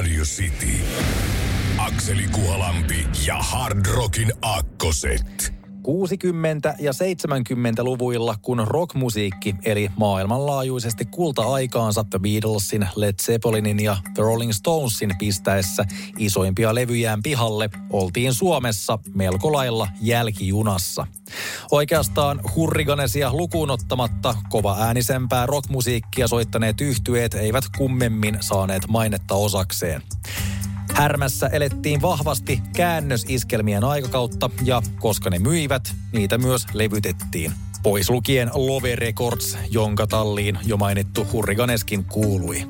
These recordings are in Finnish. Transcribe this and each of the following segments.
Radio City. Akseli Kuhalampi ja Hard Rockin Akkoset. 60- ja 70-luvuilla, kun rockmusiikki eli maailmanlaajuisesti kulta-aikaansa The Beatlesin, Led Zeppelinin ja The Rolling Stonesin pistäessä isoimpia levyjään pihalle, oltiin Suomessa melko lailla jälkijunassa. Oikeastaan Hurriganesia lukuun ottamatta kova äänisempää rockmusiikkia soittaneet yhtyeet eivät kummemmin saaneet mainetta osakseen. Härmässä elettiin vahvasti käännösiskelmien aikakautta ja koska ne myivät, niitä myös levytettiin. Pois lukien Love Records, jonka talliin jo mainittu Hurriganeskin kuului.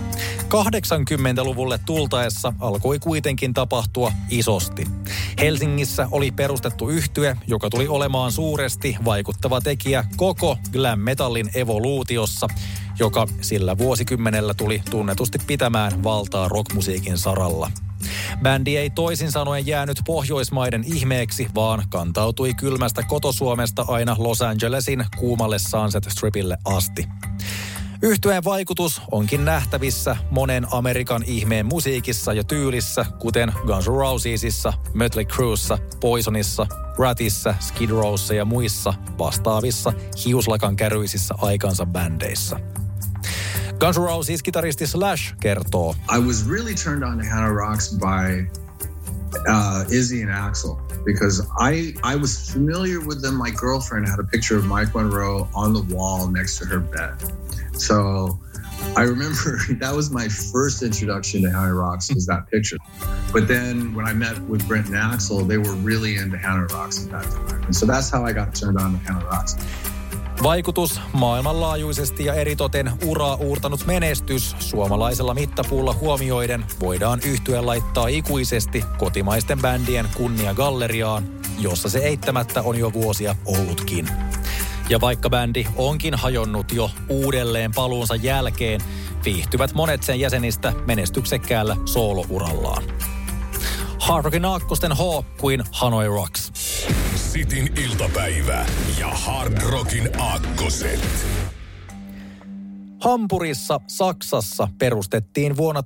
80-luvulle tultaessa alkoi kuitenkin tapahtua isosti. Helsingissä oli perustettu yhtye, joka tuli olemaan suuresti vaikuttava tekijä koko glam metallin evoluutiossa, joka sillä vuosikymmenellä tuli tunnetusti pitämään valtaa rockmusiikin saralla. Bändi ei toisin sanoen jäänyt Pohjoismaiden ihmeeksi, vaan kantautui kylmästä kotosuomesta aina Los Angelesin kuumalle Sunset Stripille asti. Yhtyeen vaikutus onkin nähtävissä monen Amerikan ihmeen musiikissa ja tyylissä, kuten Guns N' Rosesissa, Mötley Cruessa, Poisonissa, Ratissa, Skid Rowssa ja muissa vastaavissa hiuslakan käryisissä aikansa bändeissä. Guns N' Roses kitaristi Slash kertoo. I was really turned on to Hannah Rocks by Izzy and Axl because I was familiar with them. My girlfriend had a picture of Mike Monroe on the wall next to her bed. So I remember that was my first introduction to Hannah Rocks was that picture. But then when I met with Brent and Axl, they were really into Hannah Rocks at that time. And so that's how I got turned on to Hannah Rocks. Vaikutus maailmanlaajuisesti ja eritoten uraa uurtanut menestys suomalaisella mittapuulla huomioiden voidaan yhtyeen laittaa ikuisesti kotimaisten bändien kunniagalleriaan, jossa se eittämättä on jo vuosia ollutkin. Ja vaikka bändi onkin hajonnut jo uudelleen paluunsa jälkeen, viihtyvät monet sen jäsenistä menestyksekkäällä soolourallaan. Hard Rockin Akkosten H kuin Hanoi Rocks. Cityn iltapäivä ja Hard Rockin Akkoset. Hampurissa, Saksassa perustettiin vuonna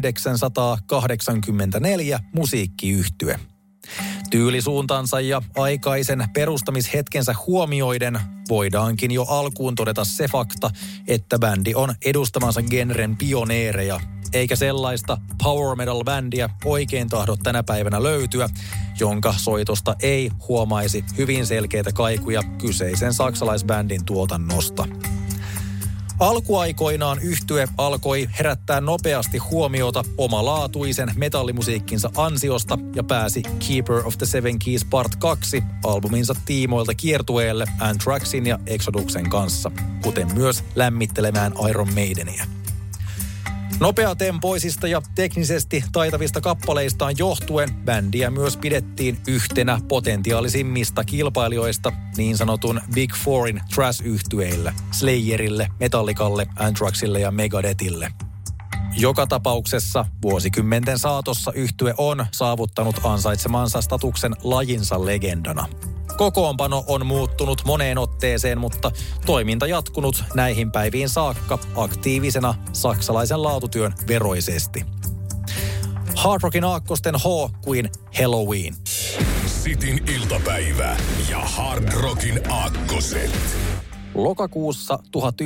1984 musiikkiyhtye. Tyylisuuntansa ja aikaisen perustamishetkensä huomioiden voidaankin jo alkuun todeta se fakta, että bändi on edustamansa genren pioneereja, eikä sellaista power metal-bändiä oikein tahdo tänä päivänä löytyä, jonka soitosta ei huomaisi hyvin selkeitä kaikuja kyseisen saksalaisbändin tuotannosta. Alkuaikoinaan yhtye alkoi herättää nopeasti huomiota omalaatuisen metallimusiikkinsa ansiosta ja pääsi Keeper of the Seven Keys Part 2 albuminsa tiimoilta kiertueelle Anthraxin ja Exoduksen kanssa, kuten myös lämmittelemään Iron Maideniä. Nopeatempoisista ja teknisesti taitavista kappaleistaan johtuen bändiä myös pidettiin yhtenä potentiaalisimmista kilpailijoista niin sanotun Big Fourin thrash-yhtyeille, Slayerille, Metallicalle, Anthraxille ja Megadethille. Joka tapauksessa vuosikymmenten saatossa yhtye on saavuttanut ansaitsemansa statuksen lajinsa legendana. Kokoonpano on muuttunut moneen otteeseen, mutta toiminta jatkunut näihin päiviin saakka aktiivisena saksalaisen laatutyön veroisesti. Hard Rockin Aakkosten H kuin Halloween. Cityn iltapäivä ja Hard Rockin Aakkoset. Lokakuussa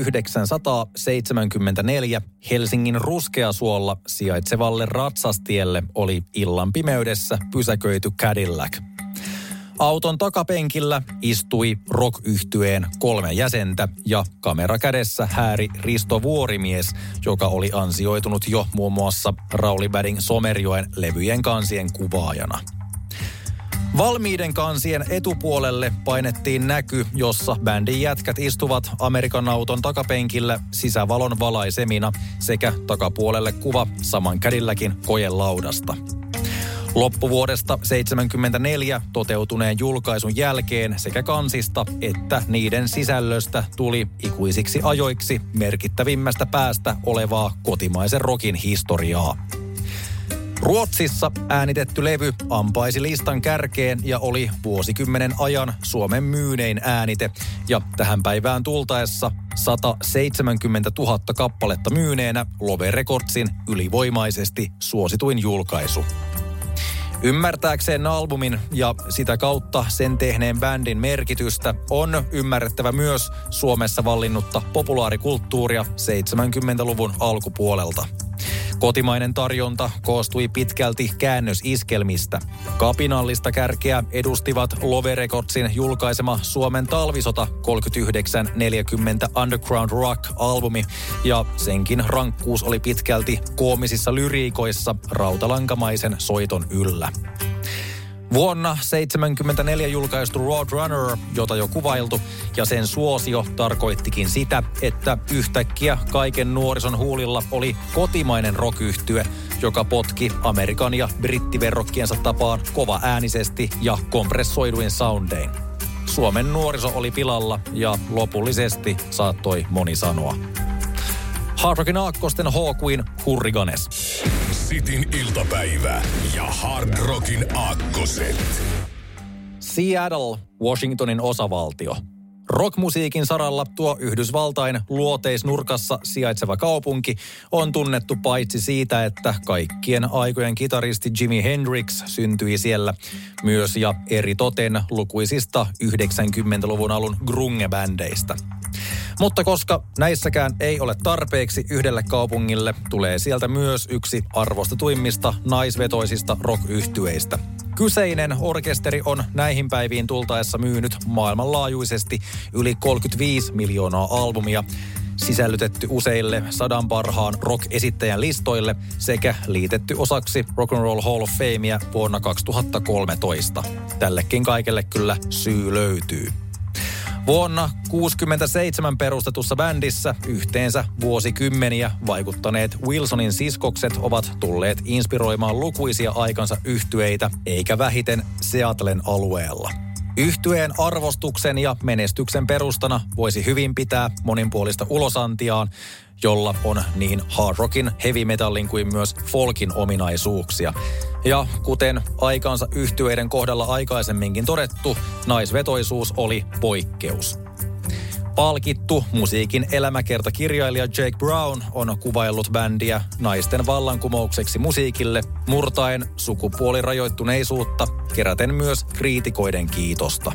1974 Helsingin Ruskeasuolla sijaitsevalle ratsastielle oli illan pimeydessä pysäköity Cadillac. Auton takapenkillä istui rock-yhtyeen 3 jäsentä ja kamera kädessä hääri Risto Vuorimies, joka oli ansioitunut jo muun muassa Rauli Badin Somerjoen levyjen kansien kuvaajana. Valmiiden kansien etupuolelle painettiin näky, jossa bändin jätkät istuvat Amerikan auton takapenkillä sisävalon valaisemina sekä takapuolelle kuva saman Cadillacin kojelaudasta. Loppuvuodesta 1974 toteutuneen julkaisun jälkeen sekä kansista että niiden sisällöstä tuli ikuisiksi ajoiksi merkittävimmästä päästä olevaa kotimaisen rockin historiaa. Ruotsissa äänitetty levy ampaisi listan kärkeen ja oli vuosikymmenen ajan Suomen myynein äänite. Ja tähän päivään tultaessa 170 000 kappaletta myyneenä Love Recordsin ylivoimaisesti suosituin julkaisu. Ymmärtääkseen albumin ja sitä kautta sen tehneen bändin merkitystä on ymmärrettävä myös Suomessa vallinnutta populaarikulttuuria 70-luvun alkupuolelta. Kotimainen tarjonta koostui pitkälti käännösiskelmistä. Kapinallista kärkeä edustivat Love Recordsin julkaisema Suomen talvisota 39-40 Underground Rock-albumi, ja senkin rankkuus oli pitkälti koomisissa lyriikoissa rautalankamaisen soiton yllä. Vuonna 1974 julkaistu Roadrunner, jota jo kuvailtu, ja sen suosio tarkoittikin sitä, että yhtäkkiä kaiken nuorison huulilla oli kotimainen rock-yhtye, joka potki Amerikan ja brittiverrokkiensa tapaan kova äänisesti ja kompressoiduin soundein. Suomen nuoriso oli pilalla ja lopullisesti saattoi moni sanoa. Hard Rockin aakkosten H-Queen Hurriganes. Sitin iltapäivä ja Hard Rockin aakkoset. Seattle, Washingtonin osavaltio. Rockmusiikin saralla tuo Yhdysvaltain luoteisnurkassa sijaitseva kaupunki on tunnettu paitsi siitä, että kaikkien aikojen kitaristi Jimi Hendrix syntyi siellä, myös ja eritoten lukuisista 90-luvun alun grunge-bändeistä. Mutta koska näissäkään ei ole tarpeeksi yhdelle kaupungille, tulee sieltä myös yksi arvostetuimmista naisvetoisista rock-yhtyeistä. Kyseinen orkesteri on näihin päiviin tultaessa myynyt maailmanlaajuisesti yli 35 miljoonaa albumia, sisällytetty useille 100 parhaan rock-esittäjän listoille sekä liitetty osaksi Rock and Roll Hall of Famea vuonna 2013. Tällekin kaikelle kyllä syy löytyy. Vuonna 1967 perustetussa bändissä yhteensä vuosikymmeniä vaikuttaneet Wilsonin siskokset ovat tulleet inspiroimaan lukuisia aikansa yhtyeitä, eikä vähiten Seattlen alueella. Yhtyeen arvostuksen ja menestyksen perustana voisi hyvin pitää moninpuolista ulosantiaan, jolla on niin hard rockin, heavy metallin kuin myös folkin ominaisuuksia. Ja kuten aikansa yhtyeiden kohdalla aikaisemminkin todettu, naisvetoisuus oli poikkeus. Palkittu musiikin elämäkertakirjailija Jake Brown on kuvaillut bändiä naisten vallankumoukseksi musiikille, murtaen sukupuolirajoittuneisuutta, keräten myös kriitikoiden kiitosta.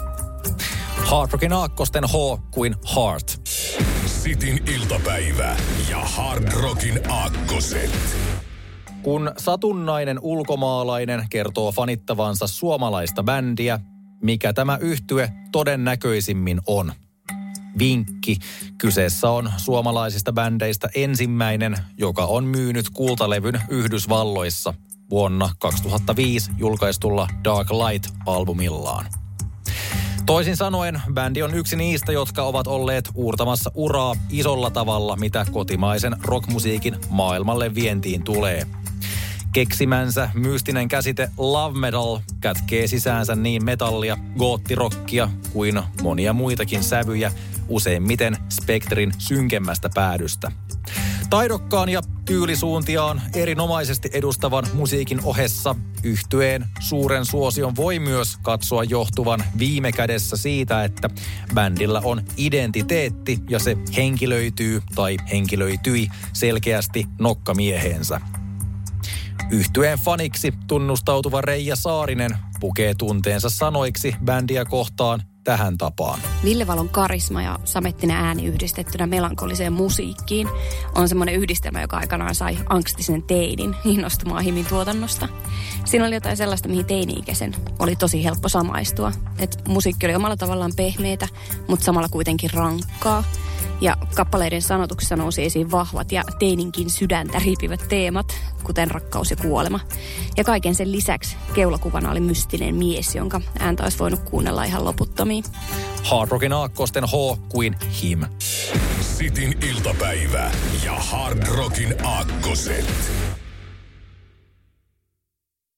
Hard Rockin aakkosten H kuin Heart. Sitin iltapäivä ja Hard Rockin aakkoset. Kun satunnainen ulkomaalainen kertoo fanittavansa suomalaista bändiä, mikä tämä yhtye todennäköisimmin on? Vinkki. Kyseessä on suomalaisista bändeistä ensimmäinen, joka on myynyt kultalevyn Yhdysvalloissa vuonna 2005 julkaistulla Dark Light-albumillaan. Toisin sanoen, bändi on yksi niistä, jotka ovat olleet uurtamassa uraa isolla tavalla, mitä kotimaisen rockmusiikin maailmalle vientiin tulee. Keksimänsä mystinen käsite love metal kätkee sisäänsä niin metallia, goottirockia kuin monia muitakin sävyjä, useimmiten spektrin synkemmästä päädystä. Taidokkaan ja tyylisuuntiaan erinomaisesti edustavan musiikin ohessa yhtyeen suuren suosion voi myös katsoa johtuvan viime kädessä siitä, että bändillä on identiteetti ja se henkilöityy tai henkilöityi selkeästi nokkamieheensä. Yhtyeen faniksi tunnustautuva Reija Saarinen pukee tunteensa sanoiksi bändiä kohtaan tähän tapaan. Ville Valon karisma ja samettinen ääni yhdistettynä melankoliseen musiikkiin on semmoinen yhdistelmä, joka aikanaan sai angstisen teinin innostumaan Himin tuotannosta. Siinä oli jotain sellaista, mihin teini-ikäisen oli tosi helppo samaistua. Et musiikki oli omalla tavallaan pehmeätä, mutta samalla kuitenkin rankkaa. Ja kappaleiden sanotuksessa nousi esiin vahvat ja teininkin sydäntä riipivät teemat, kuten rakkaus ja kuolema. Ja kaiken sen lisäksi keulakuvana oli mystinen mies, jonka ääntä olisi voinut kuunnella ihan loputtomiin. Hard Rockin aakkosten H kuin Him. Sitin iltapäivä ja Hard Rockin aakkoset.